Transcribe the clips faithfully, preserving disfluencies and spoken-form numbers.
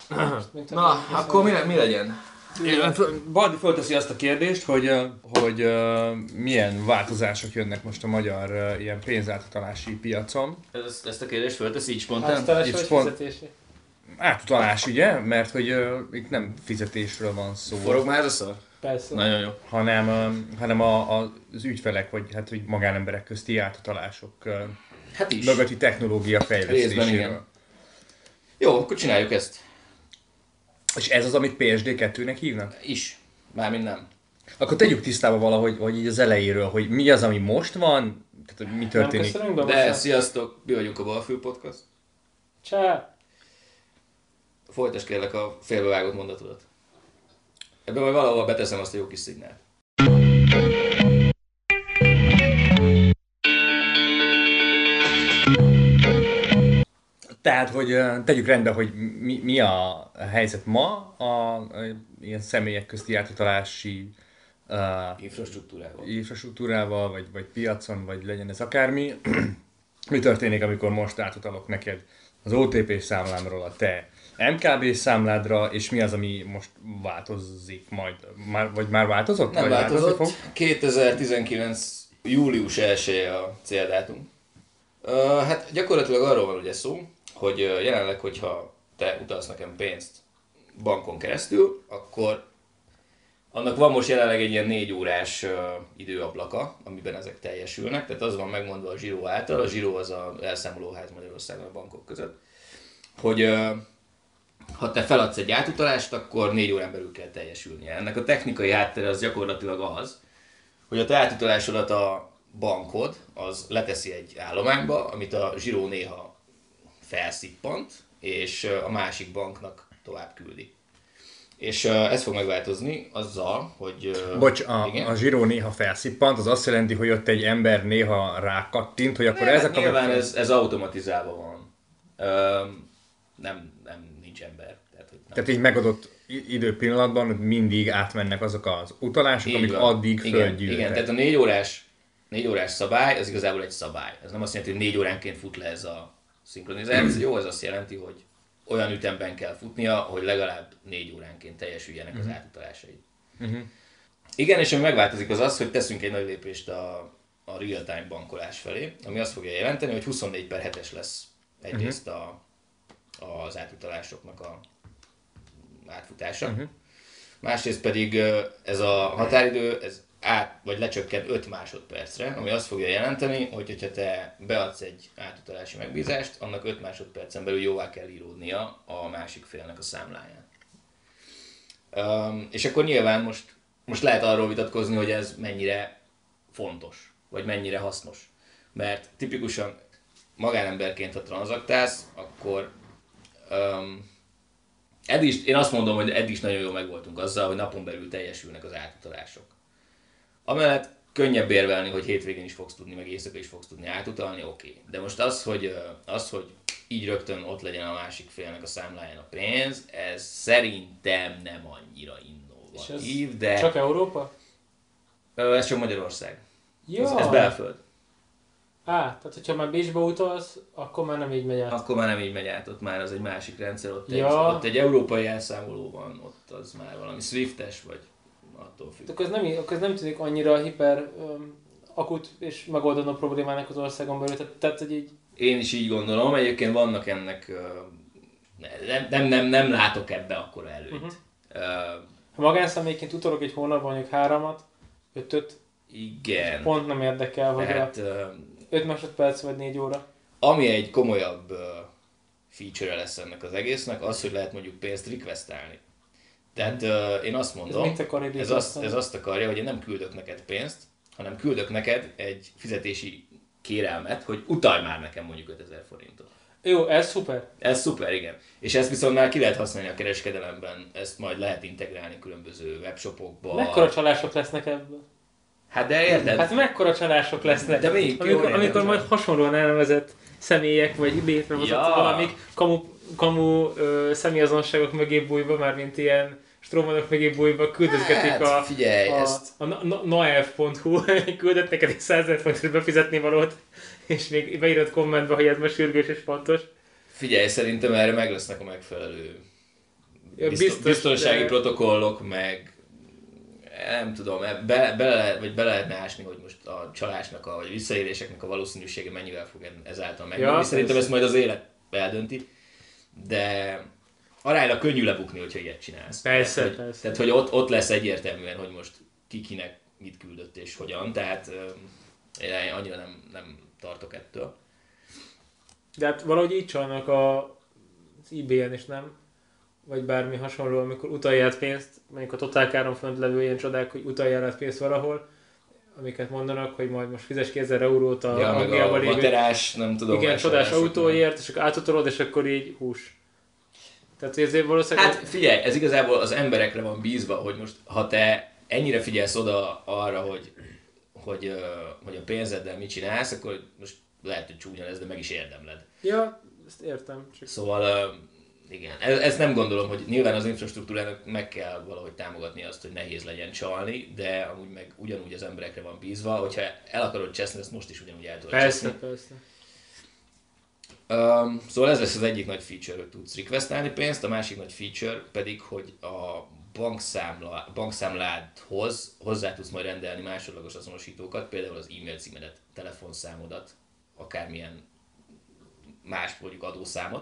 Na, akkor mi, mi legyen? Baldi fölteszi azt a kérdést, hogy, hogy uh, milyen változások jönnek most a magyar uh, ilyen pénzátutalási piacon. Ezt, ezt a kérdést fölteszi így spontán? Átutalás vagy spont... fizetési? Átutalás, ugye? Mert hogy uh, itt nem fizetésről van szó. Forog már ez a szar? Persze. Nagyon jó. Hanem, uh, hanem a, a, az ügyfelek, vagy hát hogy magánemberek közti átutalások uh, hát is. mögötti technológia fejlesztéséről. Jó, akkor csináljuk ezt. És ez az, amit pé es dé kettőnek hívnak? Is. Mármint nem. Akkor tegyük tisztába valahogy, hogy így az elejéről, hogy mi az, ami most van, tehát hogy mi történik. Nem köszönünk, de sziasztok, mi vagyunk a Balfül Podcast. Csá! Folytasd kérlek a félbevágott mondatodat. Ebben majd valahol beteszem azt a jó kis szignált. Tehát, hogy tegyük rendbe, hogy mi, mi a helyzet ma a, a ilyen személyek közti átutalási uh, infrastruktúrával. infrastruktúrával, vagy, vagy piacon, vagy legyen ez akármi. Mi történik, amikor most átutalok neked az o té pé számlámról a te em ká bé számládra, és mi az, ami most változik majd? Már, vagy már változott? Nem vagy változott. kétezer-tizenkilenc. július elseje a céldátum. Uh, hát gyakorlatilag arról van ugye szó, hogy uh, jelenleg, hogyha te utalsz nekem pénzt bankon keresztül, akkor annak van most jelenleg egy ilyen négy órás uh, időablaka, amiben ezek teljesülnek, tehát az van megmondva a Zsiro által, a Zsiro az a elszámolóház Magyarországon a bankok között, hogy uh, ha te feladsz egy átutalást, akkor négy órán belül kell teljesülnie. Ennek a technikai háttere az gyakorlatilag az, hogy a te átutalásodat a bankod az leteszi egy állományba, amit a Zsiro néha felszippant, és a másik banknak tovább küldi. És ez fog megváltozni azzal, hogy... Bocs, a, a Zsiro néha felszippant, az azt jelenti, hogy ott egy ember néha rákattint, hogy akkor ne, ezek hát nyilván ez, ez automatizálva van. Üm, nem, nem, nincs ember. Tehát, hogy nem. Tehát így megadott időpillanatban mindig átmennek azok az utalások, amik van. addig igen, földgyűltek. Igen, tehát a négy órás, négy órás szabály, az igazából egy szabály. Ez nem azt jelenti, hogy négy óránként fut le ez a szinkronizáció, ez azt jelenti, hogy olyan ütemben kell futnia, hogy legalább négy óránként teljesüljenek uh-huh. az átutalásai. Uh-huh. Igen, és ami megváltozik az az, hogy teszünk egy nagy lépést a, a real-time bankolás felé, ami azt fogja jelenteni, hogy huszonnégy per hetes lesz egyrészt a, az átutalásoknak a átfutása. Uh-huh. Másrészt pedig ez a határidő, ez át, vagy lecsökken öt másodpercre, ami azt fogja jelenteni, hogy hogyha te beadsz egy átutalási megbízást, annak öt másodpercen belül jóvá kell íródnia a másik félnek a számláján. Um, és akkor nyilván most, most lehet arról vitatkozni, hogy ez mennyire fontos, vagy mennyire hasznos. Mert tipikusan magánemberként, ha tranzaktálsz, akkor um, eddig is, én azt mondom, hogy eddig is nagyon jól megvoltunk azzal, hogy napon belül teljesülnek az átutalások. Amellett könnyebb érvelni, hogy hétvégén is fogsz tudni, meg éjszaka is fogsz tudni átutalni, oké. Okay. De most az hogy, az, hogy így rögtön ott legyen a másik félnek a számláján a pénz, ez szerintem nem annyira innovatív, de... Csak Európa? Ez csak Magyarország. Ja. Ez, ez belföld. Á, tehát hogyha már Bécsbe utalsz, akkor már nem így megy át. Akkor már nem így megy át, ott már az egy másik rendszer, ott, ja. egy, ott egy európai elszámoló van, ott az már valami Swiftes, vagy attól függ. Akkor ez nem, akkor ez nem tűnik annyira hiper um, akut és megoldandó problémának az országon belül, tehát, tehát hogy így... Én is így gondolom, egyébként vannak ennek, uh, nem, nem, nem, nem látok ebbe akkora előnyt. Uh-huh. Uh, ha magánszemélyként utalok egy hónapban mondjuk háromat, ötöt, igen. Pont nem érdekel, hogy Tehát, a öt másodperc vagy négy óra. Ami egy komolyabb uh, feature lesz ennek az egésznek, az, hogy lehet mondjuk pénzt requestálni. Tehát uh, én azt mondom, ez, ez, azt, ez azt akarja, hogy én nem küldök neked pénzt, hanem küldök neked egy fizetési kérelmet, hogy utalj már nekem mondjuk ötezer forintot. Jó, ez szuper. Ez szuper, igen. És ezt viszont már ki lehet használni a kereskedelemben, ezt majd lehet integrálni különböző webshopokba. Mekkora csalások lesznek ebből? Hát de érted? Hát mekkora csalások lesznek? De még amikor, amikor, amikor majd hasonlóan elnevezett személyek vagy létrehozott ja. valamik kamu, kamu ö, személyazonosságok mögé bújva, mármint ilyen strómanok mögé bújva küldözgetik hát, a, figyelj, a, ezt... a, a naev pont hu küldött neked egy százezer forintot befizetni valót, és még beírod kommentbe, hogy ez most sürgős és fontos. Figyelj, szerintem erre meg lesznek a megfelelő Ja, biztos, biztos, biztonsági de- protokollok, meg nem tudom, e- be, bele, lehet- vagy bele lehetne ásni, hogy most a csalásnak, a, vagy visszaéléseknek a valószínűsége mennyivel fog ezáltal megnőni. Ja, Szerintem persze. ezt majd az élet eldönti, de aránylag könnyű lebukni, hogyha ilyet csinálsz. Persze, tehát, hogy, persze. tehát, hogy ott, ott lesz egyértelműen, hogy most ki kinek mit küldött és hogyan, tehát öm, én annyira nem, nem tartok ettől. De hát valahogy így csalnak a, az eBay-en is, nem? Vagy bármi hasonló, amikor utalj át pénzt, mondjuk a totálkáron fönt levő ilyen csodák, hogy utaljál át pénzt valahol, amiket mondanak, hogy majd most fizes ki ezer eurót a Ja, meg a Angliában lévő materás, nem tudom. igen, csodás vásárlásoknak. autóért, és akkor átutalod, és akkor így hús. Tehát hogy ezért valószínűleg... Hát figyelj, ez igazából az emberekre van bízva, hogy most ha te ennyire figyelsz oda arra, hogy, hogy, ö, hogy a pénzeddel mit csinálsz, akkor most lehet, hogy csúnya lesz, de meg is érdemled. Ja, ezt értem. Csak... Szóval ö, igen, ez, ezt nem gondolom, hogy nyilván az infrastruktúrának meg kell valahogy támogatni azt, hogy nehéz legyen csalni, de amúgy meg ugyanúgy az emberekre van bízva, hogyha el akarod cseszni, ezt most is ugyanúgy el tudod Persze, cseszni. persze. Um, szóval ez lesz az egyik nagy feature, hogy tudsz requestálni pénzt, a másik nagy feature pedig, hogy a bankszámla, bankszámládhoz hozzá tudsz majd rendelni másodlagos azonosítókat, például az e-mail címedet, telefonszámodat, akármilyen más mondjuk adószámot,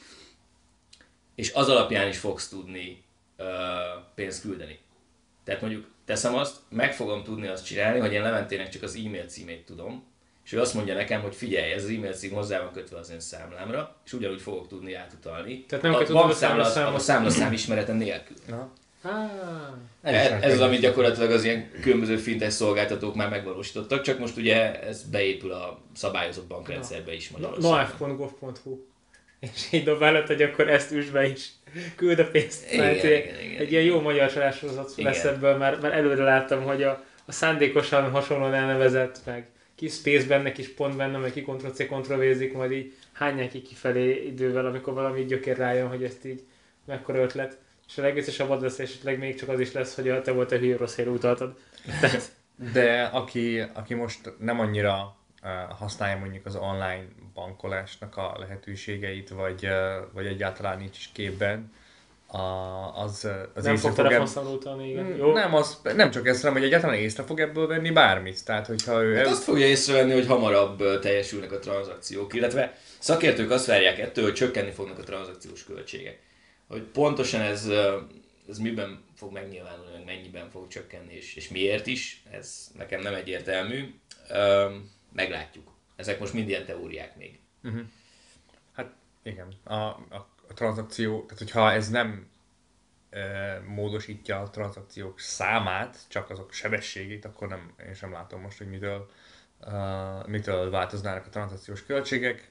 és az alapján is fogsz tudni uh, pénzt küldeni. Tehát mondjuk teszem azt, meg fogom tudni azt csinálni, hogy én Leventének csak az e-mail címét tudom, és ő azt mondja nekem, hogy figyelj, ez az e-mail cím hozzá van kötve az én számlámra, és ugyanúgy fogok tudni átutalni. Tehát nem a kell tudnod a bankszámla- számlaszámot. a számlaszám ismerete nélkül. Na, Ah, ez, is Ez, ez az, megkönnyű. amit gyakorlatilag az ilyen különböző fintech szolgáltatók már megvalósítottak, csak most ugye ez beépül a szabályozott bankrendszerbe is Magyarországon. noaf pont gov pont hu és így dobálod, hogy akkor ezt üsd be is. Küld a pénzt. Igen, Mert igen, egy igen, ilyen jó magyar csalássorozat Igen. lesz ebből, mert, mert előre láttam, hogy a, a szándékosan hasonlóan elnevezett, meg kis space benne, kis pont benne, meg ki Ctrl-C, Ctrl-V-zik, majd így hányják ki kifelé idővel, amikor valami gyökér rájön, hogy ezt így mekkora ötlet. És a legviccesebb lesz, esetleg még csak az is lesz, hogy a te volt a hülye rossz helyre utaltad. Tehát, De aki, aki most nem annyira uh, használja mondjuk az online bankolásnak a lehetőségeit, vagy, uh, vagy egyáltalán nincs is képben, a, az, uh, az nem észre fog fog ebb- telefonszámról utalni, igen. Jó? Nem, az, nem csak ezt, hanem hogy egyáltalán észre fog ebből venni bármit. Tehát, hogyha ő... Hát azt fogja észrevenni, hogy hamarabb ö, teljesülnek a tranzakciók, illetve szakértők azt várják ettől, hogy csökkenni fognak a tranzakciós költségek. Hogy pontosan ez, ö, ez miben fog megnyilvánulni, meg mennyiben fog csökkenni, és, és miért is, ez nekem nem egyértelmű. Ö, meglátjuk. Ezek most mind ilyen teóriák még. Uh-huh. Hát igen, a, a, a tranzakció, tehát hogyha ez nem e, módosítja a tranzakciók számát, csak azok sebességét, akkor nem, én sem látom most, hogy mitől, uh, mitől változnának a tranzakciós költségek.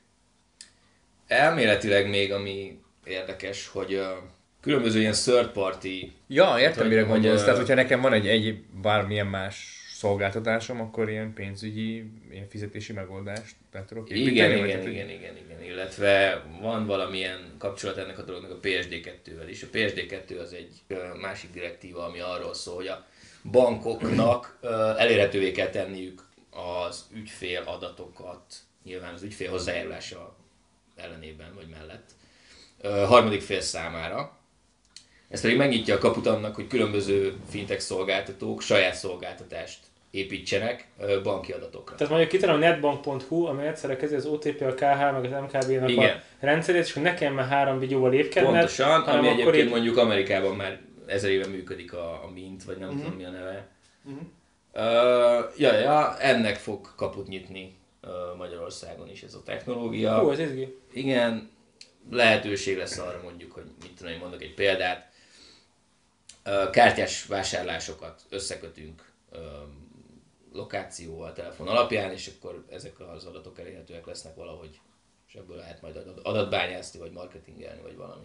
Elméletileg még ami érdekes, hogy ö, különböző ilyen third party. Ja, értem, hogy- mire hogy, gondolsz. ö, Tehát, hogyha nekem van egy, egy bármilyen más szolgáltatásom, akkor ilyen pénzügyi, ilyen fizetési megoldást be tudok építeni. Igen, vagy igen, tehát, hogy- igen, igen, igen, illetve van valamilyen kapcsolat ennek a dolognak a P S D kettővel is. A P S D kettő az egy ö, másik direktíva, ami arról szól, hogy a bankoknak ö, elérhetővé kell tenniük az ügyfél adatokat, nyilván az ügyfél hozzájárulása ellenében vagy mellett, ö, harmadik fél számára. Ez pedig megnyitja a kaput annak, hogy különböző fintech szolgáltatók saját szolgáltatást építsenek ö, banki adatokra. Tehát mondjuk kitalálom a netbank pont hu, ami egyszerre kezeli az o té pé, a ká há, meg az em ká bé-nek a Igen. rendszerét, és hogy ne kelljen már három vigyóval lépkedned. Pontosan, hanem ami akkor egyébként így- mondjuk Amerikában már ezer éve működik a, a Mint, vagy nem Mhm. tudom mi a neve. Mhm. Uh, ja, ja, ennek fog kaput nyitni uh, Magyarországon is ez a technológia. Hú, ez izgi. Igen, lehetőség lesz arra mondjuk, hogy mit tudom én, mondok egy példát. Uh, kártyás vásárlásokat összekötünk uh, lokációval, telefon alapján, és akkor ezek az adatok elérhetőek lesznek valahogy, és ebből lehet majd adat- adatbányászni, vagy marketingelni, vagy valami.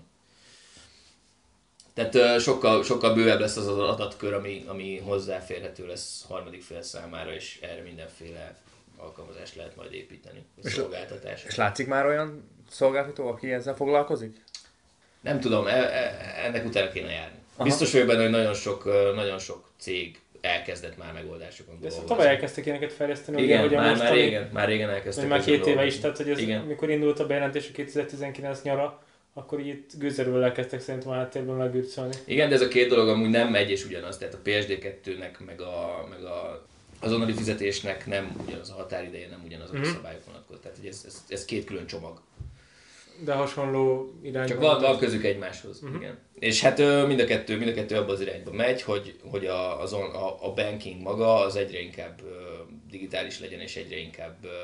Tehát uh, sokkal, sokkal bővebb lesz az az adatkör, ami, ami hozzáférhető lesz harmadik fél számára, és erre mindenféle alkalmazást lehet majd építeni, a És- szolgáltatás. És látszik már olyan szolgáltató, aki ezzel foglalkozik? Nem tudom, e, e, ennek utána kéne járni. Aha. Biztos vagyok benne, hogy nagyon sok, ö, nagyon sok cég elkezdett már megoldásokon De ezt dolgozni. tavaly elkezdtek ilyeneket fejleszteni, Igen, ugye, hogy a már, már, mostani- régen, már régen elkezdtek. vagy már ezen két éve is, dolgozni. tehát hogy ez, Igen. amikor indult a bejelentés a kétezer-tizenkilenc nyara, akkor így itt gőzerővel elkezdtek szerintem a háttérben megürcölni. Igen, de ez a két dolog amúgy nem egy és ugyanaz, tehát a P S D kettőnek meg a, meg a azonnali fizetésnek nem ugyanaz a határideje, nem ugyanazok mm-hmm. a szabályok vonatkoznak. Tehát ez, ez, ez két külön csomag. De hasonló irányban. Csak van, van közük egymáshoz. Uh-huh. Igen. És hát mind a kettő, mind a kettő abban az irányba megy, hogy, hogy a, az on, a, a banking maga az egyre inkább uh, digitális legyen, és egyre inkább uh,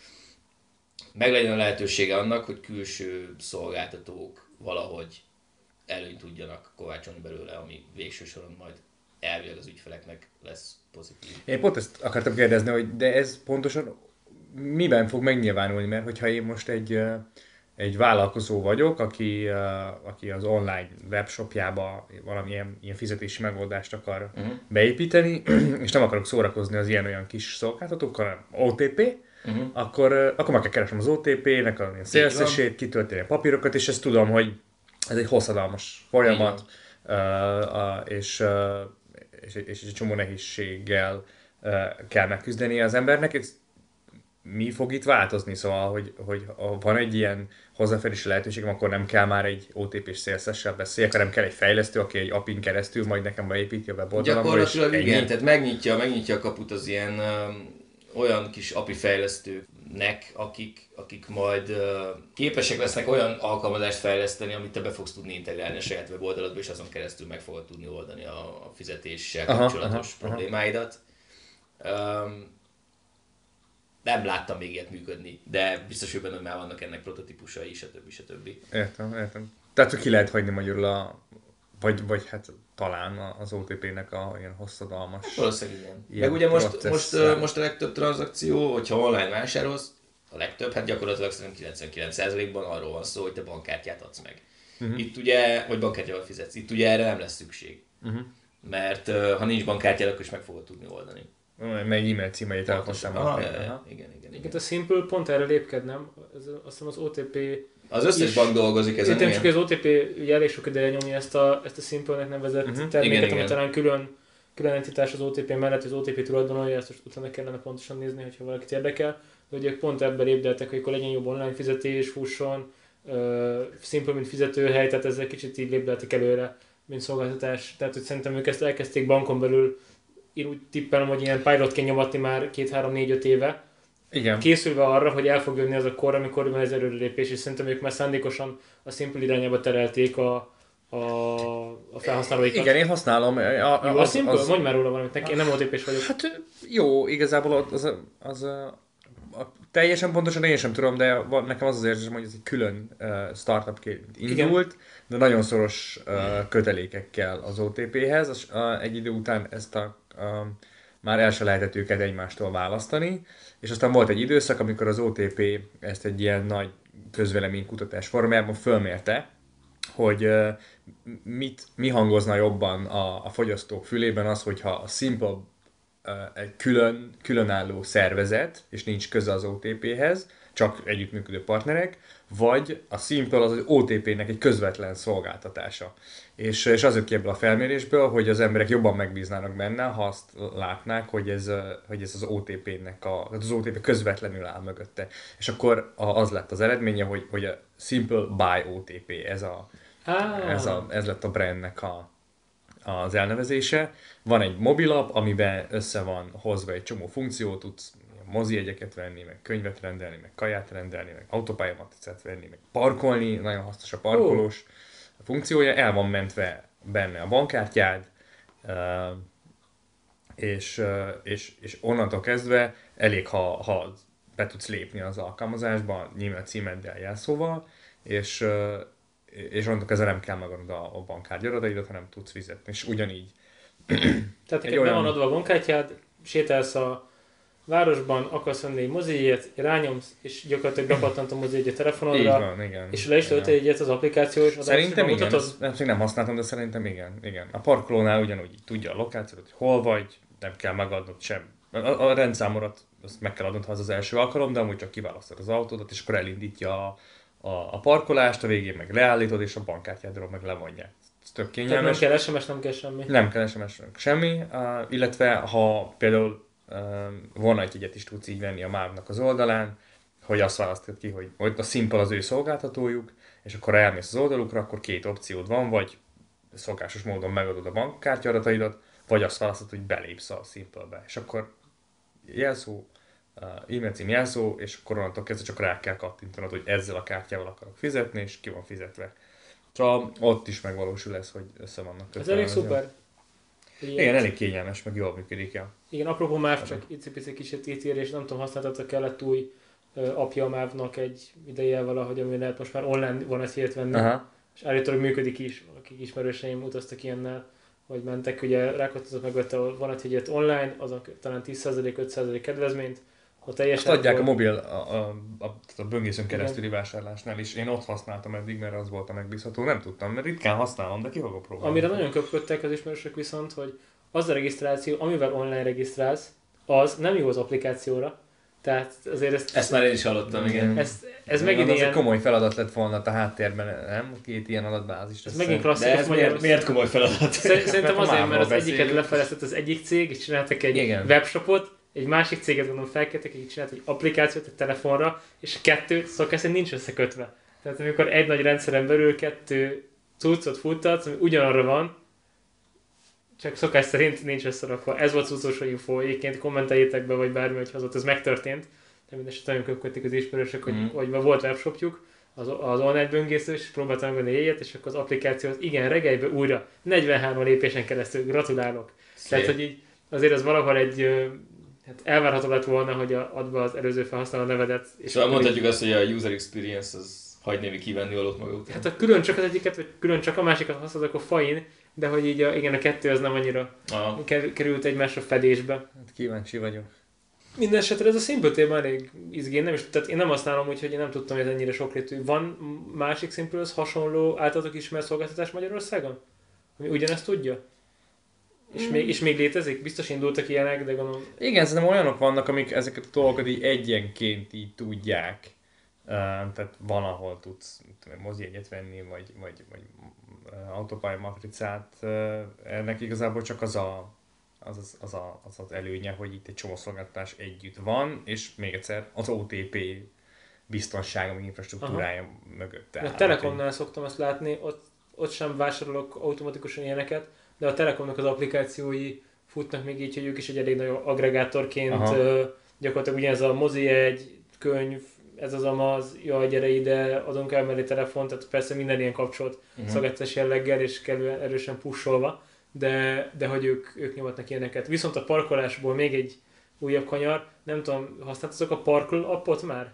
meg legyen a lehetősége annak, hogy külső szolgáltatók valahogy előnyt tudjanak kovácsolni belőle, ami végső soron majd elvileg az ügyfeleknek lesz pozitív. Én pont ezt akartam kérdezni, hogy de ez pontosan miben fog megnyilvánulni, mert hogyha én most egy egy vállalkozó vagyok, aki, uh, aki az online webshopjába valamilyen ilyen fizetési megoldást akar uh-huh. beépíteni, és nem akarok szórakozni az ilyen-olyan kis szolgáltatókkal, hanem o té pé, uh-huh. akkor, uh, akkor meg kell keresnem az o té pének a szélszesét, kitölteni a papírokat, és ezt tudom, hogy ez egy hosszadalmas folyamat, uh, uh, és, uh, és, és egy csomó nehézséggel uh, kell megküzdeni az embernek. Ez, mi fog itt változni? Szóval, hogy, hogy ha van egy ilyen hozzáférési lehetőségem, akkor nem kell már egy o té pés szélszessel beszéljek, hanem kell egy fejlesztő, aki egy apin keresztül majd nekem beépíti a weboldalamba. Gyakorlatilag igen, tehát megnyitja, megnyitja a kaput az ilyen um, olyan kis api fejlesztőnek, akik, akik majd uh, képesek lesznek olyan alkalmazást fejleszteni, amit te be fogsz tudni integrálni a saját weboldaladba, és azon keresztül meg fogod tudni oldani a, a fizetéssel kapcsolatos aha, problémáidat. Aha. Um, Nem láttam még ilyet működni, de biztos, hogy benne, hogy már vannak ennek prototípusai, stb. stb. Értem, értem. Tehát, hogy ki lehet hagyni magyarul a, vagy, vagy hát talán az o té pének a ilyen hosszadalmas... Hát, valószínűleg igen. Meg ugye most, most, most a legtöbb tranzakció, hogyha online vásárolsz, a legtöbb, hát gyakorlatilag szerintem kilencvenkilenc százalékban arról van szó, hogy te bankkártyát adsz meg. Uh-huh. Itt ugye, vagy bankkártyával fizetsz, itt ugye erre nem lesz szükség. Uh-huh. Mert ha nincs bankkártyád, akkor is meg fogod tudni oldani. Meg e-mail címeit telefonszámot. Igen, igen, igen. Igen, a Simple pont erre lépked, nem? Ez, azt hiszem az o té pé... Az összes is, bank dolgozik ezen. Szerintem csak az o té pé ugye elég sok ideje nyomja ezt a, ezt a Simple-nek nevezett uh-huh. terméket, ami talán külön, külön entitás az o té pé mellett, az o té pé tulajdonolja, ezt most utána kellene pontosan nézni, hogyha valakit érdekel. De ugye pont ebben lépdeltek, hogy akkor legyen jobb online fizetés, fusson, uh, Simple, mint fizetőhely, tehát ezzel kicsit így lépdeltek előre, mint szolgáltatás. Tehát hogy szerintem ők ezt elkezdték bankon belül. Én úgy tippelem, hogy ilyen pilotként nyomatni már két-három-négy-öt éve. Igen. Készülve arra, hogy el fog jönni az a kor, amikor van ez előrelépés, és szerintem ők már szándékosan a Simple irányába terelték a, a, a felhasználóikat. Igen, én használom. A, a, jó, a Simple? Az... Mondj már róla valamit, neki, én nem o té pés vagyok. Hát jó, igazából az, az, az a, a, teljesen pontosan én sem tudom, de van, nekem az az érzésem, hogy ez egy külön uh, startupként indult, igen. de nagyon szoros uh, kötelékekkel az o té péhez. Az, uh, egy idő után ezt a Uh, már el se lehetett őket egymástól választani, és aztán volt egy időszak, amikor az o té pé ezt egy ilyen nagy közvéleménykutatás formájában fölmérte, hogy uh, mit, mi hangozna jobban a, a fogyasztók fülében az, hogyha a Simple uh, egy külön, különálló szervezet, és nincs köze az o té péhez, csak együttműködő partnerek, vagy a Simple az az o té pének egy közvetlen szolgáltatása. És, és az jött ki ebből a felmérésből, hogy az emberek jobban megbíznának benne, ha azt látnák, hogy ez, hogy ez az o té pének a, az o té pé közvetlenül áll mögötte. És akkor az lett az eredménye, hogy, hogy a Simple by o té pé, ez, a, ah. ez, a, ez lett a brandnek a, az elnevezése. Van egy mobilap, amiben össze van hozva egy csomó funkció, tudsz mozijegyeket venni, meg könyvet rendelni, meg kaját rendelni, meg autópályamatricát venni, meg parkolni, nagyon hasznos a parkolós oh. funkciója, el van mentve benne a bankkártyád, és, és, és onnantól kezdve elég, ha, ha be tudsz lépni az alkalmazásba, e-mail címeddel, jelszóval, és, és onnantól kezdve nem kell megadnod a, a bankkártya adataidat, hanem tudsz fizetni, és ugyanígy. Tehát neked olyan... be van adva a bankkártyád, sétálsz a városban, akarsz venni egy mozijegyet, rányomsz, és gyakorlatilag bepattant a mozijegye a telefonodra, így van, igen, és le is töltött egyet az applikáció, és szerintem igen, ezt, ezt még nem használtam, de szerintem igen, igen. A parkolónál ugyanúgy tudja a lokációt, hogy hol vagy, nem kell megadnod sem. A, a rendszámodat azt meg kell adnod, ha az az első alkalom, de amúgy csak kiválasztod az autódat, és akkor elindítja a, a, a parkolást, a végén meg leállítod, és a bankkártyádról meg levonják. Ez tök kényelmes. Tehát nem kell es em es, nem kell semmi. Nem kell es em es, semmi, uh, illetve ha például vonatjegyet is tudsz így venni a mávnak az oldalán, hogy azt választod ki, hogy a Simple az ő szolgáltatójuk, és akkor elmész az oldalukra, akkor két opciód van, vagy szokásos módon megadod a bankkártya adataidat, vagy azt választod, hogy belépsz a Simple-be. És akkor jelszó, e-mail cím jelszó, és akkor onnantól kezdve csak rá kell kattintanod, hogy ezzel a kártyával akarok fizetni, és ki van fizetve. Csak ott is megvalósul ez, hogy össze vannak kötve. Ez elég szuper. Igen, elég kényelmes, meg jól működik el. Igen, apropó MÁV, csak icipici kicsit ítélés, nem tudom, használtatok el lett új apja a MÁV-nak egy ideje valahogy, ami lehet most már online van ezt hírt venni. Aha. És állítólag működik is, akik ismerőseim utaztak ilyennel, hogy mentek, ugye rákattozott, megvette a vonatjegyet online, azon talán tíz százalék, öt százalék kedvezményt. Ha teljesen azt adják volt, a mobil, a, a, a, a böngészőn keresztüli vásárlásnál is. Én ott használtam eddig, mert az volt a megbízható. Nem tudtam, mert ritkán használom, de ki fogok próbálni. Amire nagyon köpködtek az ismerősök viszont, hogy az a regisztráció, amivel online regisztrálsz, az nem jó az applikációra. Tehát azért ezt... Ezt már én is hallottam, igen. Ez, ez megint az ilyen... egy komoly feladat lett volna a háttérben, nem? Két ilyen adatbázis. Ez megint klasszikus. De ez miért, miért komoly feladat? Szerintem azért, mert az egyiket lefeleztett az egyik cég, és csináltak egy igen. webshopot, egy másik céget gondolom felkértek, akik csinált egy applikációt egy telefonra, és kettő szokás szerint nincs összekötve. Tehát amikor egy nagy rendszeren belül kettő cuccot futtatsz, ami ugyanarra van, csak szokás szerint nincs összerakva. Ez volt az utolsó info, egyébként kommenteljétek be, vagy bármi, hogy az ott ez megtörtént. De mindesetre nagyon köpködték az ismerősök, hogy, mm. hogy volt webshopjuk, az, az online böngésző, és próbáltam megvenni egyet, és akkor az applikáció az igen, reggelbe újra negyvenhárom lépésen keresztül, gratulálok. Szép. Tehát, hogy így azért az valahol egy, hát elvárható lett volna, hogy add be az előző felhasználó nevedet. És szóval mondhatjuk így... azt, hogy a user experience az hagy némi kívánni valót maga után. Hát ha külön csak az egyiket, vagy külön csak a másikat használod, akkor fajn, de hogy így a, igen, a kettő az nem annyira Aha. került egymásra fedésbe. Hát kíváncsi vagyok. Mindenesetre ez a Simple téma elég izgé, nem is, tehát én nem használom, úgyhogy én nem tudtam, hogy ez ennyire sokrétű. Van másik Simple-höz hasonló általatok ismert szolgáltatás Magyarországon? Ami ugyanezt tudja? És, mm. még, és még létezik? Biztos indultak ilyenek, de gondolom... Igen, szerintem olyanok vannak, amik ezeket a dolgokat így egyenként így tudják. Uh, tehát van, ahol tudsz mozijegyet venni, vagy, vagy, vagy uh, autópálya matricát. Uh, ennek igazából csak az a Az az, az, a, az az előnye, hogy itt egy csomó szolgáltatás együtt van, és még egyszer az o té pé biztonsága, meg infrastruktúrája Aha. mögött áll. A Telekomnál szoktam azt látni, ott, ott sem vásárolok automatikusan ilyeneket, de a Telekomnak az applikációi futnak még így, hogy ők is egy elég nagy aggregátorként Aha. gyakorlatilag ugyanez a mozi egy könyv, ez az amaz, jaj, gyere ide, adunk el mellé telefon, tehát persze minden ilyen kapcsolat uh-huh. szolgáltatás jelleggel és kellően erősen pusolva. De, de hogy ők, ők nyomatnak ilyeneket. Viszont a parkolásból még egy újabb kanyar, nem tudom, használtatok a Parkl appot már?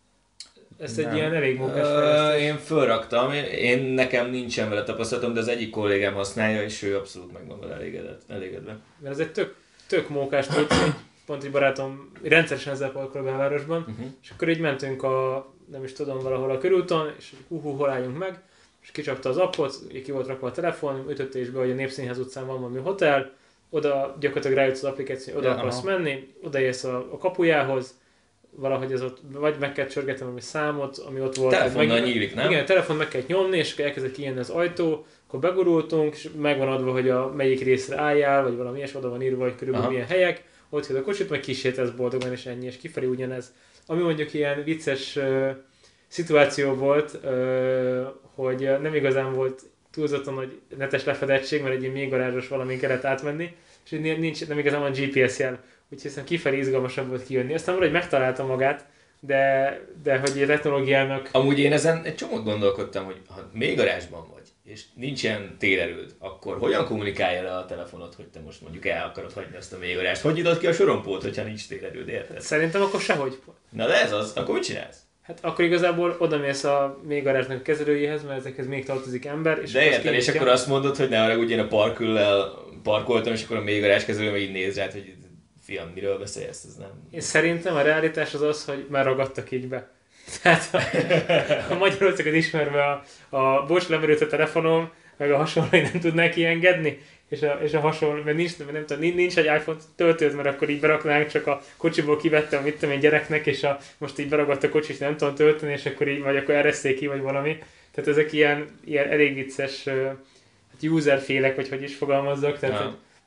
Ez egy ilyen elég munkás fejlesztés. Én fölraktam, én nekem nincsen vele tapasztalatom, de az egyik kollégám használja, és ő abszolút meg van vele elégedett, elégedve. Mert ez egy tök, tök mókás tudsz, pont egy barátom rendszeresen ezzel parkol a belvárosban, uh-huh. és akkor így mentünk a, nem is tudom, valahol a körúton, és hú, hú, hol álljunk meg, és kicsapta az appot, ki volt rakva a telefon, ütötte is be, hogy a Népszínház utcán van valami hotel, oda gyakorlatilag rájössz az applikáció, oda ja, akarsz aha. menni, odaérsz a, a kapujához, valahogy az ott, vagy meg kell csörgetni valami számot, ami ott volt. Telefonnal nyílik, nem? Igen, a telefon meg kell nyomni, és akkor elkezdett kijönni az ajtó, akkor begurultunk, és meg van adva, hogy a melyik részre álljál, vagy valami ilyes, oda van írva, hogy körülbelül milyen helyek, ott jön a kocsit, meg kísértesz boldogan, és ennyi, és kifelé ugyanez. Ami mondjuk ilyen vicces uh, szituáció volt, uh, hogy nem igazán volt túlzottan nagy netes lefedettség, mert egy ilyen mélygarázsos valamin kellett átmenni, és nincs, nem igazán van gé pé es jel, úgyhogy hiszem kifelé izgalmasabb volt kijönni. Aztán valahogy megtalálta magát, de, de hogy a technológiának... Amúgy én ezen egy csomót gondolkodtam, hogy ha mélygarázsban vagy, és nincsen térerőd, akkor hogyan kommunikálja le a telefonod, hogy te most mondjuk el akarod hagyni azt a mélygarást? Hogy nyitod ki a sorompót, hogyha nincs térerőd, érted? Szerintem akkor sehogy. Na de ez az, akkor mit csinálsz? Hát akkor igazából odamész a mélygarázsnak a kezelőjéhez, mert ezekhez még tartozik ember. És de érted, és akkor azt mondod, hogy ne haragudj, én a Parkl-lel parkoltam, és akkor a mélygarázs kezelő meg így néz rád, hogy fiam, miről beszélsz, ez nem... Én szerintem a realitás az az, hogy már ragadtak így be. Tehát a, a Magyarországon ismerve a, a bocs, lemerült a telefonom, meg a hasonlói nem tudnák kiengedni, és a, és a hasonló, mert nincs, nem tudom, nincs egy iPhone töltőd, mert akkor így beraknánk, csak a kocsiból kivettem, mit tudom én gyereknek, és a, most így beragadt a kocsit, nem tudom tölteni, és akkor így, vagy akkor ereszték ki, vagy valami. Tehát ezek ilyen, ilyen elég vicces hát userfélek, vagy hogy is fogalmazzak, tehát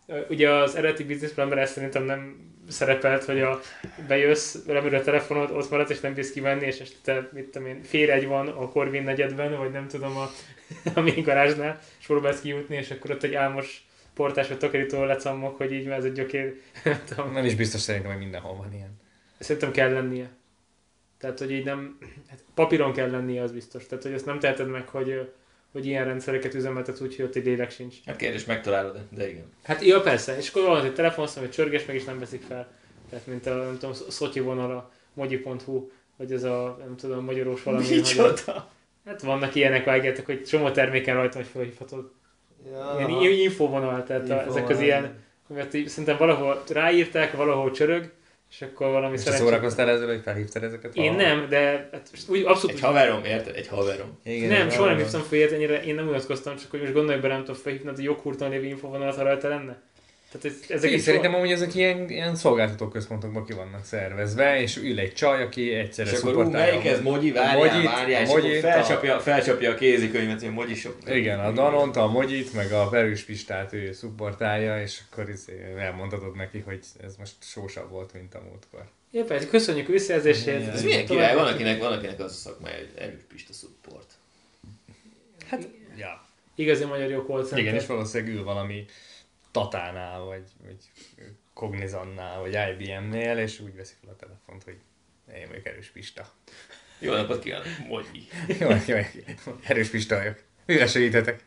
Ugye az eredeti businessplanben ez szerintem nem szerepelt, hogy a, bejössz, leműr a telefonod, ott marad és nem bírsz kivenni, és este, mit tudom én, fél egy van a Corvin negyedben, vagy nem tudom, a, a mi garázsnál, és próbálsz kijutni, és akkor ott egy álmos portás vagy takarító lecammog, hogy így ez egy gyökér. Nem tudom. Nem is biztos szerintem, hogy mindenhol van ilyen. Szerintem kell lennie. Tehát, hogy így nem, hát papíron kell lennie, az biztos. Tehát, hogy ezt nem teheted meg, hogy, hogy ilyen rendszereket üzemeltetsz úgy, hogy ott egy lélek sincs. Hát kérdés, megtalálod, de igen. Hát jó, persze. És akkor van egy telefonszám, hogy csörgés, meg is nem veszik fel. Tehát, mint a, nem tudom, Szotyi vonal a mogyi pont hu, vagy ez a, nem tudom, magyarós valami. Micsoda? Hát vannak ilyenek, vágjátok, hogy csomó terméken rajta, hogy felhívhatod. Ilyen infóvonal, tehát a, ezek az ilyen, mert így, szerintem valahol ráírták, valahol csörög, és akkor valami és szerencsé... szórakoztál ezzel, hogy felhívtad ezeket? Én valahol? nem, de hát úgy abszolút... Egy haverom, érted? Egy haverom. Igen, nem, soha nem valahol. hívtam fel ilyet, ennyire én nem unatkoztam, csak hogy most gondolj be, nem tudom felhívni, hogy joghurton lévő infovonalat, ha rajta lenne. Tehát ez, ezek Én is szerintem amúgy ezek ilyen, ilyen szolgáltató központokban ki vannak szervezve, és ül egy csaj, aki egyszerre És akkor ú, szupportálja. melyik ez? Mogyi? a Várjál, Mogyit, várjál, a és akkor Mogyit, felcsapja, felcsapja a kézikönyvet, hogy a Mogyi sok. Igen, a Danont, a Mogyit, meg a Perős Pistát ő szupportálja, és akkor izé elmondhatod neki, hogy ez most sósabb volt, mint a múltkor. Éppen, köszönjük a visszajelzését. Igen. Ez milyen király? Van akinek, van akinek az a szakmája, hogy Erős Pista support. Hát, ja. Igazi magyar jó call center. Igen, és valószínűleg ül valami Tatánál, vagy, vagy Cognizantnál, vagy I B M-nél, és úgy veszi fel a telefont, hogy én vagyok Erős Pista. Jó napot kívánok, Mogyi. Jó, jó, Erős Pista vagyok. Mivel segíthetek?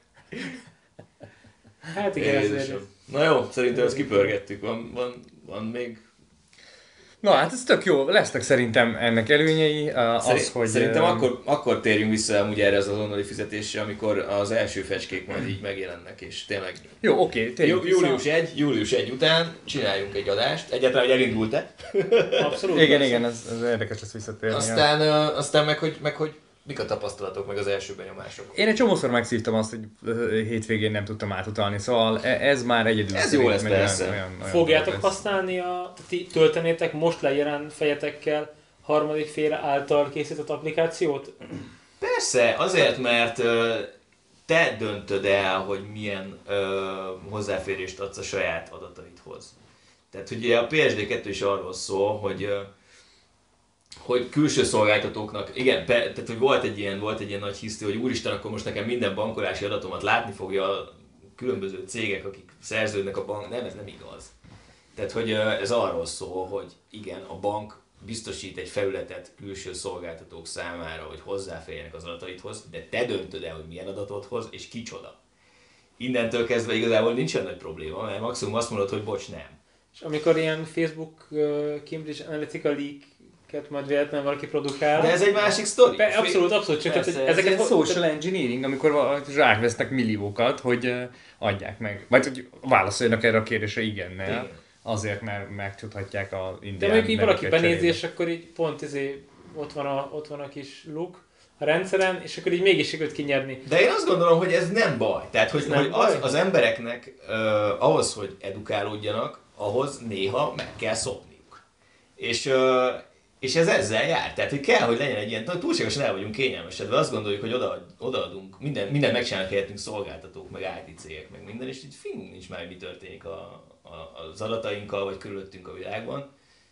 Hát igen, ez Jézusom. Na jó, szerintem ezt kipörgettük. Van, van, van még... Na hát ez tök jó, lesznek szerintem ennek előnyei, uh, az, Szerint, hogy... Szerintem uh, akkor, akkor térjünk vissza amúgy erre az azonnali fizetésre, amikor az első fecskék majd így megjelennek, és tényleg... Jó, oké, okay, Jú, július elseje, július elseje után csináljunk egy adást. Egyáltalán, hogy elindult-e? Abszolút. Igen, persze. igen, ez, ez érdekes lesz visszatérni. Aztán, uh, aztán meg, hogy, meg, hogy mik a tapasztalatok, meg az első benyomások. Én egy csomószor megszívtam azt, hogy ö, hétvégén nem tudtam átutalni, szóval e- ez már egyedül. Ez jó lesz, szerintem egy persze. Olyan, olyan, olyan Fogjátok dolog lesz. használni a, ti töltenétek most lejelen fejetekkel harmadik fél által készített applikációt? Persze, azért, mert ö, te döntöd el, hogy milyen ö, hozzáférést adsz a saját adataidhoz. Tehát ugye a P S D kettő is arról szól, hogy ö, hogy külső szolgáltatóknak, igen, pe, tehát hogy volt egy ilyen, volt egy ilyen nagy hiszti, hogy úristen, akkor most nekem minden bankolási adatomat látni fogja a különböző cégek, akik szerződnek a bank, nem, ez nem igaz. Tehát, hogy ö, ez arról szól, hogy igen, a bank biztosít egy felületet külső szolgáltatók számára, hogy hozzáférjenek az adataidhoz, de te döntöd el, hogy milyen adatot hoz, és kicsoda. Innentől kezdve igazából nincs olyan nagy probléma, mert maximum azt mondod, hogy bocs, nem. És amikor ilyen Facebook uh, Cambridge Analytica leak-ket majd véletlenül valaki produkál. De ez egy másik sztori. Be, abszolút, abszolút, csak tehát, hogy Ez ezeket... egy social engineering, amikor val- zsákvesznek milliókat, hogy uh, adják meg. Vagy hogy válaszoljanak erre a kérdésre igennel. Igen. Azért, mert megtudhatják a indián De mondjuk így valaki neveket benézi, cserébe. és akkor így pont izé, ott van a, ott van a kis luk a rendszeren, és akkor így mégis sikerült kinyerni. De én azt gondolom, hogy ez nem baj. Tehát, hogy, Ez nem hogy az, baj? az embereknek uh, ahhoz, hogy edukálódjanak, ahhoz néha meg kell szopniuk. És, uh, és ez ezzel jár. Tehát, hogy kell, hogy legyen egy ilyen, túlságosan el vagyunk kényelmesedve, azt gondoljuk, hogy oda, odaadunk, minden, minden megcsinálnak helyettünk szolgáltatók, meg I T cégek, meg minden, és így fingunk nincs már, hogy mi történik a, a, az adatainkkal, vagy körülöttünk a világban.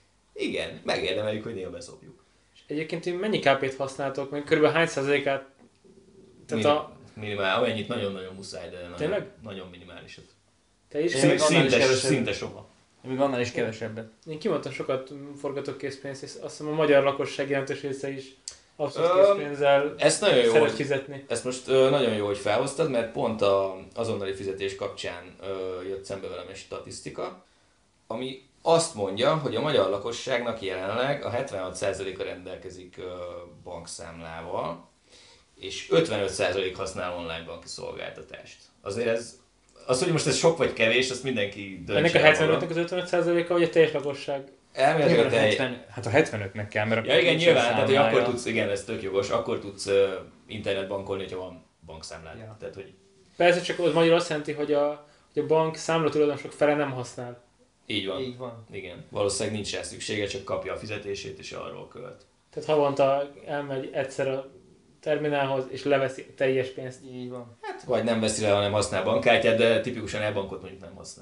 Igen, megérdemeljük, hogy néha beszopjuk. Egyébként hogy mennyi ká pét használtok, meg körülbelül hány százalékát? Tehát a, Minimál, amennyit nagyon-nagyon muszáj, de nagyon, Tényleg? nagyon minimálisat. te is? Én még annál is Szinte, kevesebb. szinte soha. Még annál is kevesebbet. Én kimondtam sokat forgatok készpénzt, és azt hiszem a magyar lakosság jelentős része is abszolút Öm, készpénzzel Ez nagyon jó, szeret hogy, fizetni. ezt most ö, nagyon jó, hogy felhoztad, mert pont a azonnali fizetés kapcsán ö, jött szembe velem egy statisztika, ami azt mondja, hogy a magyar lakosságnak jelenleg a hetvenhat százaléka rendelkezik ö, bankszámlával, és ötvenöt százalék használ online banki szolgáltatást. Azért ez, az, hogy most ez sok vagy kevés, azt mindenki döntse Ennek a el hetvenötnek maga. az ötvenöt százaléka, vagy a teljes lakosság? Elméletileg a tej... hetven, hát a hetvenötnek kell, mert Ja igen, nincs nyilván, tehát hogy számlája. akkor tudsz, igen, ez tök jogos, akkor tudsz uh, internetbankolni, hogyha van bankszámlád. Ja. Tehát, hogy Persze, csak az magyar azt jelenti, hogy a, hogy a bank számlatulajdonosok fele nem használ. így van. Így van. Igen. Valószínűleg nincs rá szüksége, csak kapja a fizetését és arról költ. Tehát havonta elmegy egyszer a terminálhoz, és leveszi a teljes pénzt. Így van. Hát, vagy nem veszi le, hanem használ bankkártyát, de tipikusan elbankot mondjuk nem használ.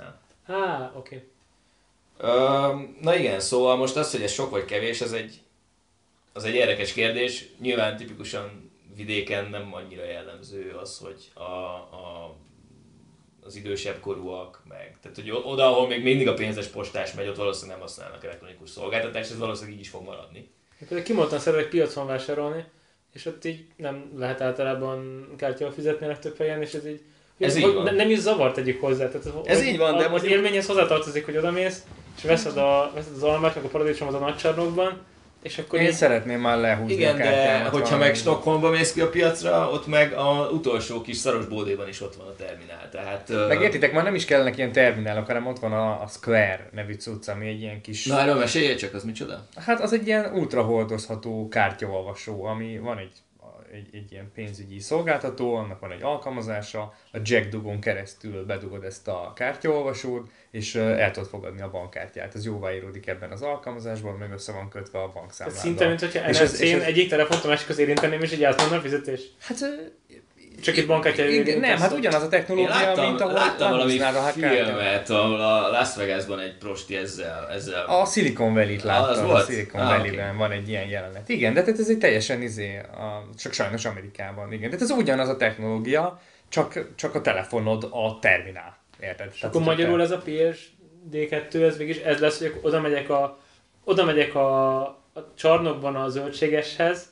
Á, oké. Okay. Na igen, szóval most az, hogy ez sok vagy kevés, ez egy, az egy érdekes kérdés. Nyilván tipikusan vidéken nem annyira jellemző az, hogy a, a, az idősebb korúak, meg, tehát hogy oda, ahol még mindig a pénzes postás megy, ott valószínűleg nem használnak elektronikus szolgáltatást, ez valószínűleg így is fog maradni. Például kimondottan szeretek piacon vásárolni, és ott így nem lehet általában kártyával fizetni a legtöbb helyen, és ez így, ez így így van. Nem is zavar tegyük hozzá. Tehát, ez így van, de az mondjuk... élményhez hozzátartozik, hogy odamész, és veszed, a, veszed az almát, meg a paradicsomot a nagycsarnokban, és akkor Én így... szeretném már lehúzni igen, a kártyámat. de hogyha meg Stockholmba mész ki a piacra, ott meg az utolsó kis szaros bódéban is ott van a terminál. Tehát, meg értitek, már nem is kellenek ilyen terminálok, hanem ott van a, a Square nevű cucc, ami egy ilyen kis... Na erről mesélj csak, az micsoda? Hát az egy ilyen ultrahordozható kártyaolvasó, ami van egy, egy, egy ilyen pénzügyi szolgáltató, annak van egy alkalmazása, a Jack Dugon keresztül bedugod ezt a kártyaolvasót, és el tudod fogadni a bankkártyát. Ez jóváíródik ebben az alkalmazásban, meg össze van kötve a bankszámláddal. Szinte, mint hogyha en ef cén egyik telefont a másikhoz érinteném, és így átmondna a fizetés. Hát... Csak itt bankkártya igen, nem, hát ugyanaz a technológia, láttam, mint ahol láttam valami a filmet, ahol a Las Vegasban egy prosti ezzel... ezzel... A Silicon Valley-t láttam, ah, a Silicon ah, Valley-ben okay. Van egy ilyen jelenet. Igen, de tehát ez egy teljesen izé, a, csak sajnos Amerikában, igen. Tehát ez ugyanaz a technológia, csak, csak a telefonod a terminál. Érted? És akkor magyarul ez a pé es dé kettő, ez mégis ez lesz, hogy oda megyek a, oda megyek a, a csarnokban a zöldségeshez,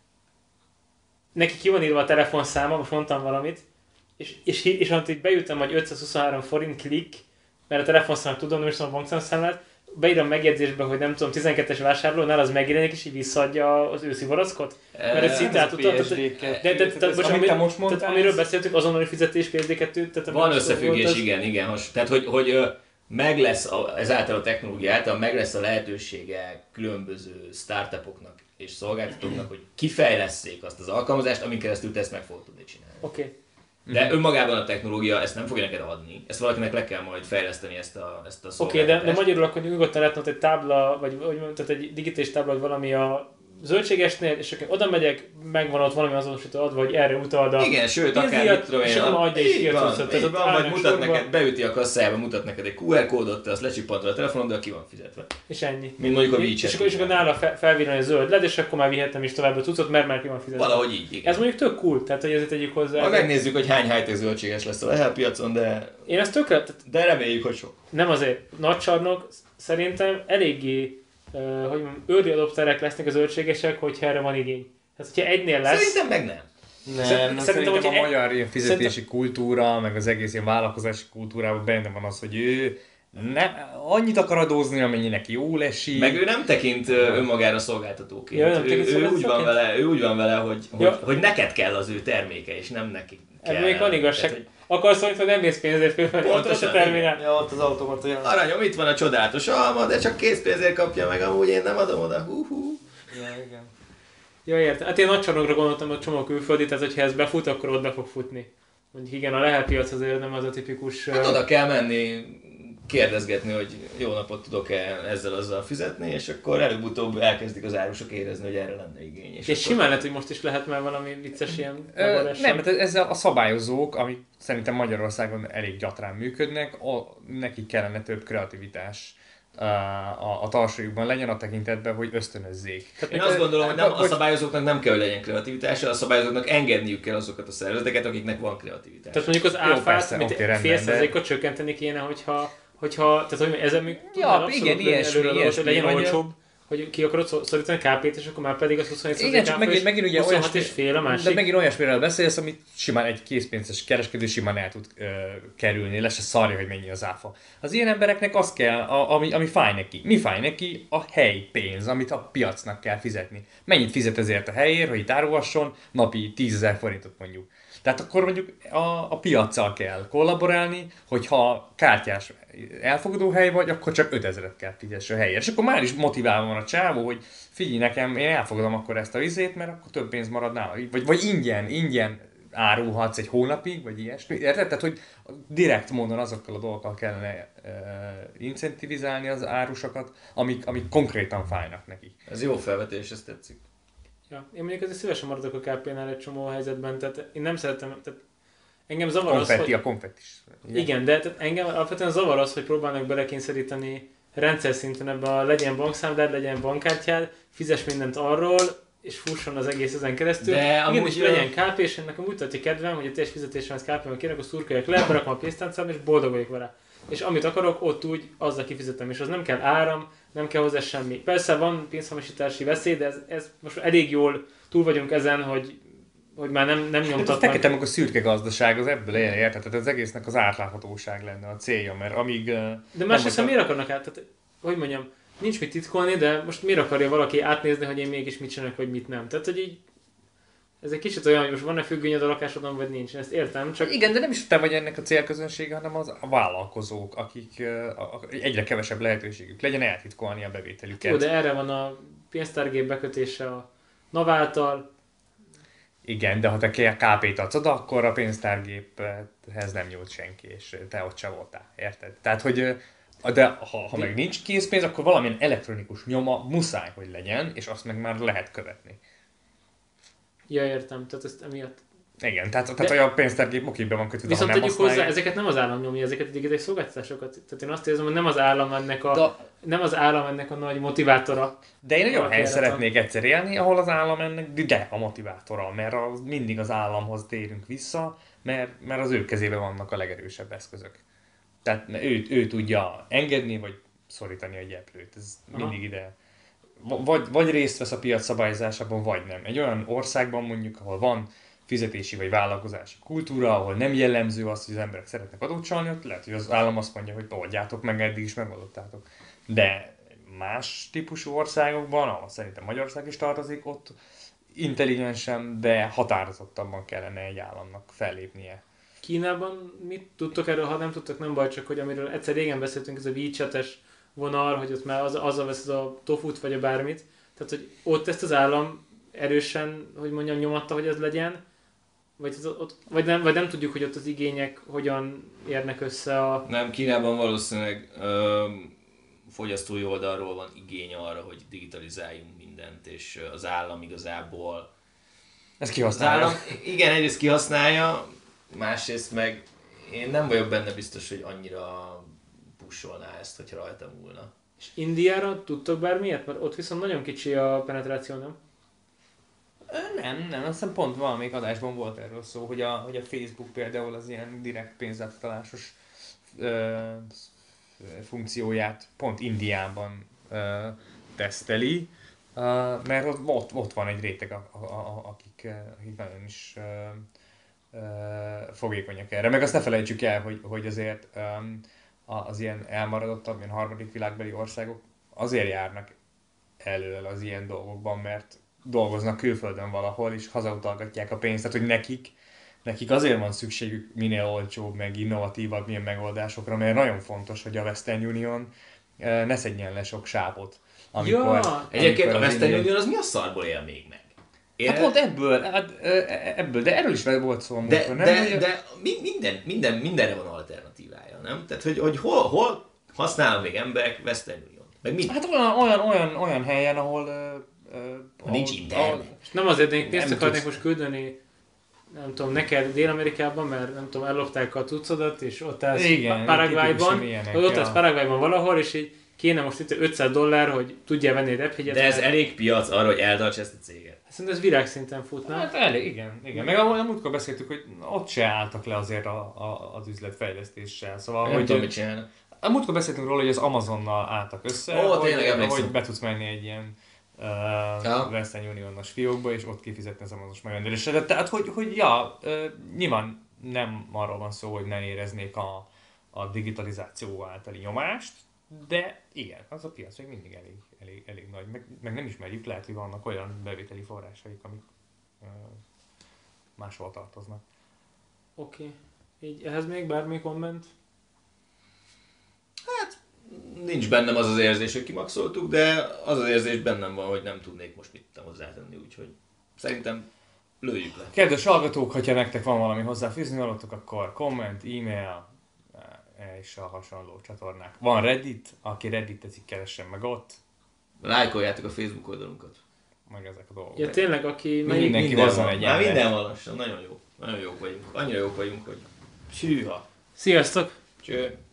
neki ki van írva a telefonszáma, most mondtam valamit, és, és, és amit így bejutom, hogy ötszázhuszonhárom forint klik, mert a telefonszámát tudom, nem is tudom a bankszámlámát, beírom megjegyzésbe, hogy nem tudom, tizenkettes vásárlónál az megjelenik, és így visszaadja az őszi barackot? Mert ez szinte átutatott. De, de, de, tehát amiről beszéltük, azonnali fizetés pé es dé kettő. Van összefüggés, az... igen, igen. Most, tehát, hogy, hogy meg lesz, a, ezáltal a technológia által meg lesz a lehetősége különböző startupoknak és szolgáltatóknak, hogy kifejlesszék azt az alkalmazást, amin keresztül te ezt meg fogod tudni csinálni. Oké. Okay. De mm-hmm. önmagában a technológia ezt nem fogja neked adni. Ezt valakinek le kell majd fejleszteni ezt a, ezt a szolgáltatást. Oké, okay, de, de magyarul akkor nyugodtan lehetne egy tábla, vagy, vagy tehát egy digitális tábla, vagy valami a zöldségesnél, és akkor oda megyek, megvan ott valami azonosító adva, hogy erre utald a... Igen, sőt, akár mit tudom én, és akkor adja is piacot. Tehát van, vagy mutat neked, beüti a kasszájába, mutat neked egy kú er kódot, te azt lecsippantod a telefonodra, ki van fizetve. És ennyi. Mint mondjuk a WeChat. És akkor, és akkor nála felvillan egy zöld led, és akkor már vihettem is tovább a cuccot, mert már ki van fizetve. Valahogy így, igen. Ez mondjuk tök cool, tehát hogy ezért tegyük hozzá. Majd megnézzük, hogy hány high-tech zöldséges lesz a Lehel piacon, de... Én ezt tökre... De reméljük, hogy sok. Nem azért. Nagycsarnok szerintem eléggé Uh, hogy mondjam, early adopterek lesznek az zöldségesek, hogyha erre van igény. Tehát, hogyha egynél lesz... Szerintem meg nem. Nem, szerintem, szerintem a egy... magyar ilyen fizetési szerintem... kultúra, meg az egész ilyen vállalkozási kultúrában benne van az, hogy ő nem, annyit akar adózni, amennyi neki jól esik. Meg ő nem tekint önmagára szolgáltatóként. Ja, nem ő, ő, úgy van vele, ő úgy van vele, hogy, ja. hogy, hogy neked kell az ő terméke, és nem neki kell. Ez még van igazság. Tehát, hogy... Akarsz mondani, hogy nem mész pénzért például, hogy ott a terminál. Ja, ott az automata jön. Aranyom, itt van a csodálatos alma, de csak készpénzért kapja meg, amúgy én nem adom oda. Hú-hú. Ja, igen. Ja, értem. Hát én nagy csarnokra gondoltam, hogy csomó külföldi, tehát hogyha ez befut, akkor ott be fog futni. Mondjuk igen, a Lehel piac azért nem az a tipikus... Hát oda kell menni, kérdezgetni, hogy jó napot tudok-e ezzel azzal fizetni, és akkor előbb-utóbb elkezdik az árusok érezni, hogy erre lenne igény. És, és akkor... simán lehet, hogy most is lehet már valami vicces ilyen Ö, Nem, mert ezzel a szabályozók, amik szerintem Magyarországon elég gyatrán működnek, a, nekik kellene több kreativitás a, a, a tarsajukban legyen a tekintetben, hogy ösztönözzék. Én azt gondolom, hogy nem, a szabályozóknak nem kell, hogy legyen kreativitása, a szabályozóknak engedniük kell azokat a szervezeteket, akiknek van kreativitás. Tehát mondjuk az áfát okay, fél százalékot csökkenteni kéne, hogyha hogyha, tehát hogy ezen még ja, igen, ilyesmi, hogy legyen olcsóbb, hogy ki akarod szorítani ká pét, és akkor már pedig az huszonhét százalékán igen, csak megint, megint ugye huszonhat és fél a másik. De megint olyasmiről beszélsz, amit simán egy készpénzes kereskedő simán el tud ö, kerülni, lesz se szarja, hogy mennyi az áfa. Az ilyen embereknek az kell, a, ami, ami fáj neki. Mi fáj neki? A helypénz, amit a piacnak kell fizetni. Mennyit fizet ezért a helyért, hogy itt árulhasson? Napi tízezer forintot mondjuk. Tehát akkor mondjuk a, a piaccal kell kollaborálni, hogyha kártyás elfogadóhely vagy, akkor csak ötezret kell fizesni a helyért. És akkor már is motiválva van a csávó, hogy figyelj nekem, én elfogadom akkor ezt a vizét, mert akkor több pénz marad nála. Vagy, vagy ingyen, ingyen árulhatsz egy hónapig, vagy ilyesmi. Érted? Tehát, hogy direkt módon azokkal a dolgokkal kellene uh, incentivizálni az árusokat, amik, amik konkrétan fájnak nekik. Ez jó felvetés, ez tetszik. Ja, én mondjuk azért szívesen maradok a ká pénál egy csomó helyzetben, tehát én nem szeretem, tehát engem zavar az, Konfetti, hogy... a konfettis. Igen, de tehát engem alapvetően zavar az, hogy próbálnak belekényszeríteni rendszer szinten ebbe a legyen bankszámlád, legyen bankkártyád, fizes mindent arról, és fusson az egész ezen keresztül. De igen, amúgy és legyen ká pé, és ennek úgy tartja kedvem, hogy a teljes fizetésemet ká pé-ben kérek, akkor szurkoljak le, berakom a pénztárcámba, és boldog vagyok vele. És amit akarok, ott úgy azzal kifizetem, és az nem kell áram, nem kell hozzá semmi. Persze van pénzhamisítási veszély, de ez, ez most elég jól túl vagyunk ezen, hogy hogy már nem, nem Hát az nyomtatnak. fekete meg a szürke gazdaság, az ebből él, érted? Tehát az egésznek az átláthatóság lenne a célja, mert amíg... De másrészt a... miért akarnak át? Tehát, hogy mondjam, nincs mit titkolni, de most miért akarja valaki átnézni, hogy én mégis mit csinálok, vagy mit nem? Tehát, hogy így... Ez egy kicsit olyan, hogy most van-e függönyöd a lakásodon, vagy nincs. Én ezt értem, csak... Igen, de nem is te vagy ennek a célközönsége, hanem az a vállalkozók, akik uh, egyre kevesebb lehetőségük legyen eltitkolni a bevételüket. Jó, de erre van a pénztárgép bekötése a NAV által. Igen, de ha te ká pét adsz oda, akkor a pénztárgéphez nem nyúlt senki, és te ott se voltál, érted? Tehát, hogy de ha, ha meg nincs készpénz, akkor valamilyen elektronikus nyoma muszáj, hogy legyen, és azt meg már lehet követni. Ja, értem, tehát ezt emiatt. Igen, tehát, tehát hogy a pénztárgép okébe van kötve, viszont ha nem tegyük hozzá, ezeket nem az állam nyomja, ezeket a digitális szolgáltatásokat. Tehát én azt érzem, hogy nem az állam ennek a, de, nem az állam ennek a nagy motivátora. De én olyan helyen szeretnék egyszer élni, ahol az állam ennek, de a motivátora, mert az, mindig az államhoz térünk vissza, mert, mert az ő kezében vannak a legerősebb eszközök. Tehát ő, ő tudja engedni, vagy szorítani a gyeplőt. Ez Aha. mindig ide. Vagy, vagy részt vesz a piac szabályozásában, vagy nem. Egy olyan országban mondjuk, ahol van fizetési vagy vállalkozási kultúra, ahol nem jellemző az, hogy az emberek szeretnek adót csalni, ott lehet, hogy az állam azt mondja, hogy oldjátok meg, eddig is megoldottátok. De más típusú országokban, ahol szerintem Magyarország is tartozik, ott intelligensen, de határozottabban kellene egy államnak fellépnie. Kínában mit tudtok erről, ha nem tudtok, nem baj, csak hogy amiről egyszer régen beszéltünk, ez a WeChat-es vonal, hogy ott már az, azzal veszed a tofut vagy a bármit. Tehát, hogy ott ezt az állam erősen, hogy mondjam, nyomatta, hogy ez legyen, vagy, az, ott, vagy, nem, vagy nem tudjuk, hogy ott az igények hogyan érnek össze a... Nem, Kínában valószínűleg ö, fogyasztói oldalról van igény arra, hogy digitalizáljunk mindent, és az állam igazából... Ez kihasználja. Állam, igen, egyrészt kihasználja, másrészt meg én nem vagyok benne biztos, hogy annyira pusolná ezt, hogyha rajta múlna. És Indiára tudtok bármilyet? Mert ott viszont nagyon kicsi a penetráció, nem? Nem, nem, azt hiszem pont valamelyik adásban volt erről szó, hogy a, hogy a Facebook például az ilyen direkt pénzátudalásos ö, funkcióját pont Indiában ö, teszteli, ö, mert ott, ott, ott van egy réteg, a, a, a, akik, akik nagyon is ö, ö, fogékonyak erre. Meg azt ne felejtsük el, hogy, hogy azért ö, az ilyen elmaradottabb, ilyen harmadik világbeli országok azért járnak elől az ilyen dolgokban, mert dolgoznak külföldön valahol, és hazautalgatják a pénzt. Tehát, hogy nekik, nekik azért van szükségük minél olcsóbb, meg innovatívabb milyen megoldásokra, mert nagyon fontos, hogy a Western Union ne szedjen le sok sápot. Amikor, ja. Egyébként a Western Union az mi a szarból él még meg? Él? Hát pont ebből, hát ebből, de erről is volt szó. De, múlva, de, nem? de minden, minden, mindenre van alternatívája, nem? Tehát, hogy, hogy hol, hol használnak még emberek Western Union? Meg mind? Hát olyan, olyan, olyan, olyan helyen, ahol Ha nincs internet. És nem azért, de én pénzt akarnék most küldeni, nem tudom, neked Dél-Amerikában, mert nem tudom, ellopták a cuccodat, és ott állsz Paraguayban, vagy ott állsz ja. Paraguayban valahol, és így kéne most itt ötszáz dollár, hogy tudjál venni egy repjegyet. De ez mert... elég piac arra, hogy eltarts ezt a céget. Szerintem ez virágszinten fut, nem? Hát elég, igen. igen. Meg a múltkor beszéltük, hogy ott se álltak le azért a, a, az üzletfejlesztéssel. Szóval, nem hogy tudom, mit csinálnak. A múltkor beszéltünk róla, hogy az Amazonnal álltak össze, Ó, hogy, hogy be tudsz menni egy ilyen uh, ja. Western Union-os fiókba, és ott kifizetni az Amazonos megrendelésre. Tehát, hogy, hogy ja, uh, nyilván nem arról van szó, hogy ne éreznék a, a digitalizáció általi nyomást, de igen, az a piac még mindig elég, elég, elég nagy. Meg, meg nem ismerjük, lehet, hogy vannak olyan bevételi forrásaik, amik uh, máshol tartoznak. Oké. Okay. Így ehhez még bármi komment? Hát, nincs bennem az az érzés, hogy kimaxoltuk, de az az érzés bennem van, hogy nem tudnék most mit hozzátenni, úgyhogy szerintem lőjük le. Kedves hallgatók, hogyha nektek van valami hozzáfűzni valótok, akkor komment, e-mail és a hasonló csatornák. Van Reddit, aki Reddit-ezik, keressen meg ott. Lájkoljátok a Facebook oldalunkat. meg ezek a dolgok. Ja tényleg, aki Mi- melyik... mindenki Minden hozzon van. egy Már embert. minden van lassan, nagyon jó. Nagyon jók vagyunk. Annyira jók vagyunk, hogy... Sűha. Sziasztok! Cső.